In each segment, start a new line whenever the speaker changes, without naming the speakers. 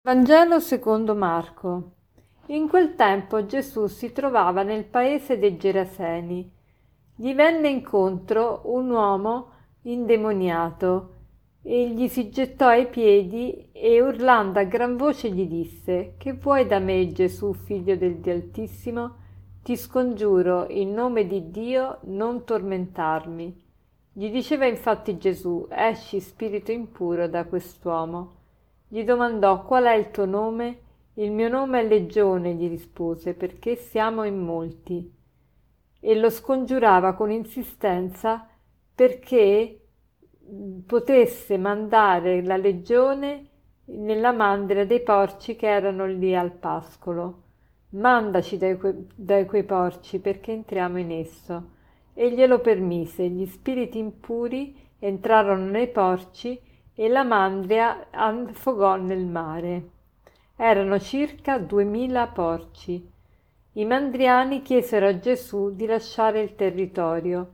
Vangelo secondo Marco. In quel tempo Gesù si trovava nel paese dei Geraseni. Gli venne incontro un uomo indemoniato e gli si gettò ai piedi e urlando a gran voce gli disse: Che vuoi da me, Gesù, figlio del Dio Altissimo? Ti scongiuro, in nome di Dio, non tormentarmi. Gli diceva infatti Gesù: Esci, spirito impuro, da quest'uomo. Gli domandò: Qual è il tuo nome? Il mio nome è Legione, gli rispose, perché siamo in molti. E lo scongiurava con insistenza perché potesse mandare la legione nella mandria dei porci che erano lì al pascolo. Mandaci dai quei porci perché entriamo in esso. E glielo permise. Gli spiriti impuri entrarono nei porci e la mandria affogò nel mare. Erano circa 2000 porci. I mandriani chiesero a Gesù di lasciare il territorio.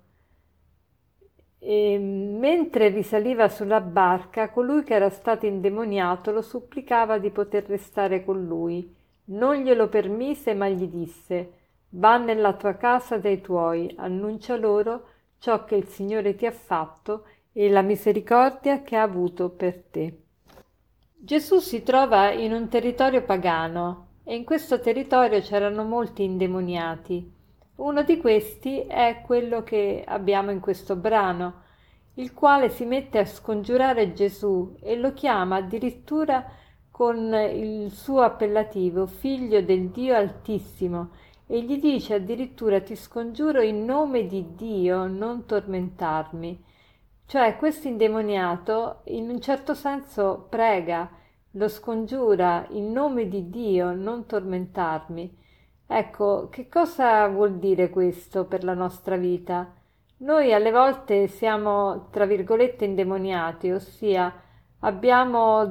E mentre risaliva sulla barca, colui che era stato indemoniato lo supplicava di poter restare con lui. Non glielo permise, ma gli disse: Va nella tua casa dai tuoi, annuncia loro ciò che il Signore ti ha fatto e la misericordia che ha avuto per te. Gesù si trova in un territorio pagano e in questo territorio c'erano molti indemoniati. Uno di questi è quello che abbiamo in questo brano, il quale si mette a scongiurare Gesù e lo chiama addirittura con il suo appellativo, figlio del Dio Altissimo, e gli dice addirittura: Ti scongiuro in nome di Dio, non tormentarmi. Cioè, questo indemoniato in un certo senso prega, lo scongiura in nome di Dio, non tormentarmi. Ecco, che cosa vuol dire questo per la nostra vita? Noi alle volte siamo, tra virgolette, indemoniati, ossia abbiamo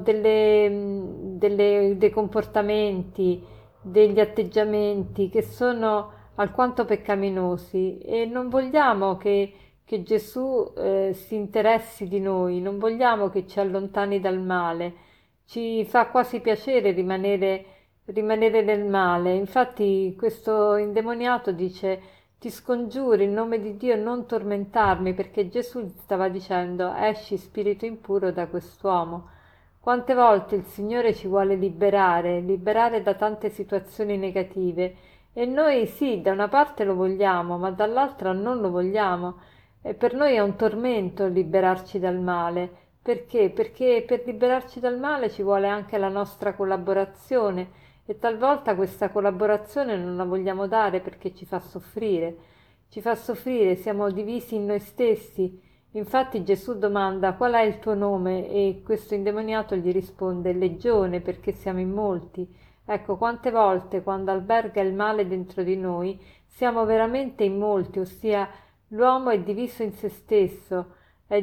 dei comportamenti, degli atteggiamenti che sono alquanto peccaminosi e non vogliamo che Gesù si interessi di noi, non vogliamo che ci allontani dal male, ci fa quasi piacere rimanere nel male. Infatti questo indemoniato dice: Ti scongiuro in nome di Dio non tormentarmi, perché Gesù gli stava dicendo: Esci spirito impuro da quest'uomo. Quante volte il Signore ci vuole liberare da tante situazioni negative e noi sì, da una parte lo vogliamo, ma dall'altra non lo vogliamo. E per noi è un tormento liberarci dal male. Perché? Perché per liberarci dal male ci vuole anche la nostra collaborazione e talvolta questa collaborazione non la vogliamo dare perché ci fa soffrire. Ci fa soffrire, siamo divisi in noi stessi. Infatti Gesù domanda: Qual è il tuo nome? E questo indemoniato gli risponde: Legione, perché siamo in molti. Ecco, quante volte quando alberga il male dentro di noi siamo veramente in molti, ossia l'uomo è diviso in se stesso,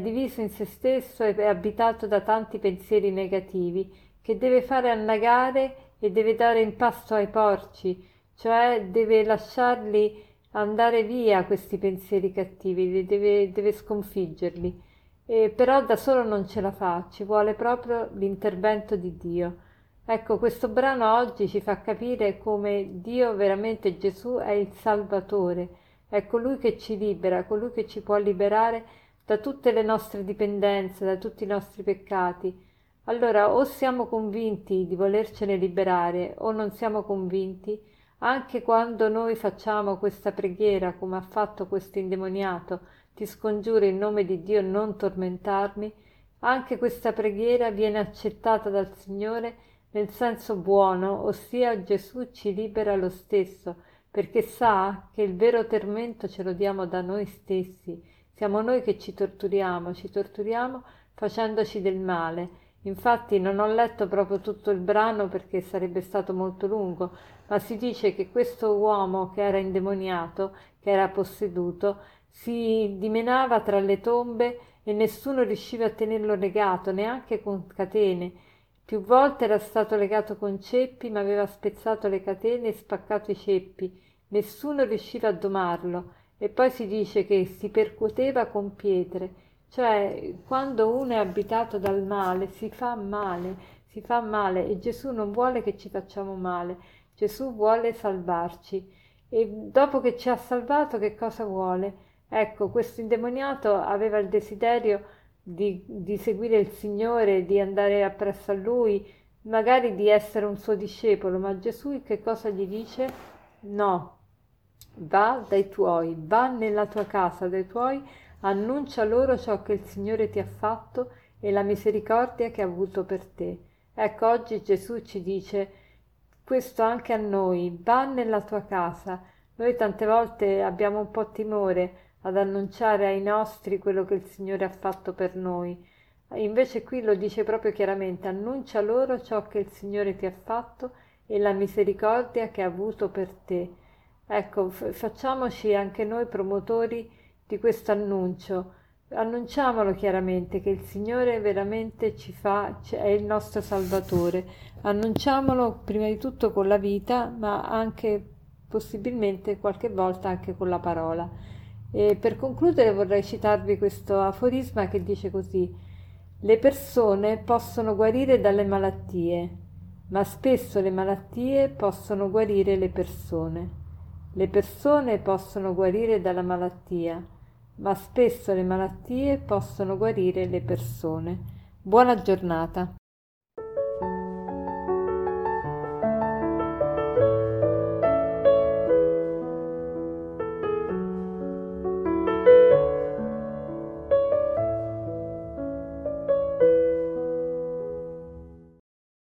è abitato da tanti pensieri negativi che deve fare annegare e deve dare in pasto ai porci, cioè deve lasciarli andare via questi pensieri cattivi, deve sconfiggerli. Però da solo non ce la fa, ci vuole proprio l'intervento di Dio. Ecco, questo brano oggi ci fa capire come Dio, veramente Gesù, è il Salvatore, è colui che ci libera, colui che ci può liberare da tutte le nostre dipendenze, da tutti i nostri peccati. Allora, o siamo convinti di volercene liberare o non siamo convinti, anche quando noi facciamo questa preghiera, come ha fatto questo indemoniato: Ti scongiuro in nome di Dio non tormentarmi, anche questa preghiera viene accettata dal Signore nel senso buono, ossia Gesù ci libera lo stesso, perché sa che il vero tormento ce lo diamo da noi stessi. Siamo noi che ci torturiamo facendoci del male. Infatti non ho letto proprio tutto il brano perché sarebbe stato molto lungo, ma si dice che questo uomo che era indemoniato, che era posseduto, si dimenava tra le tombe e nessuno riusciva a tenerlo legato, neanche con catene. Più volte era stato legato con ceppi, ma aveva spezzato le catene e spaccato i ceppi. Nessuno riusciva a domarlo. E poi si dice che si percuoteva con pietre. Cioè, quando uno è abitato dal male, si fa male e Gesù non vuole che ci facciamo male, Gesù vuole salvarci e dopo che ci ha salvato che cosa vuole? Ecco, questo indemoniato aveva il desiderio di seguire il Signore, di andare appresso a Lui, magari di essere un suo discepolo, ma Gesù che cosa gli dice? No, va dai tuoi, va nella tua casa dai tuoi, annuncia loro ciò che il Signore ti ha fatto e la misericordia che ha avuto per te. Ecco, oggi Gesù ci dice questo anche a noi, va nella tua casa. Noi tante volte abbiamo un po' timore ad annunciare ai nostri quello che il Signore ha fatto per noi. Invece qui lo dice proprio chiaramente, annuncia loro ciò che il Signore ti ha fatto e la misericordia che ha avuto per te. Ecco, facciamoci anche noi promotori di questo annuncio. Annunciamolo chiaramente che il Signore veramente è il nostro Salvatore. Annunciamolo prima di tutto con la vita, ma anche possibilmente qualche volta anche con la parola. E per concludere vorrei citarvi questo aforisma che dice così: le persone possono guarire dalle malattie, ma spesso le malattie possono guarire le persone. Le persone possono guarire dalla malattia, ma spesso le malattie possono guarire le persone. Buona giornata.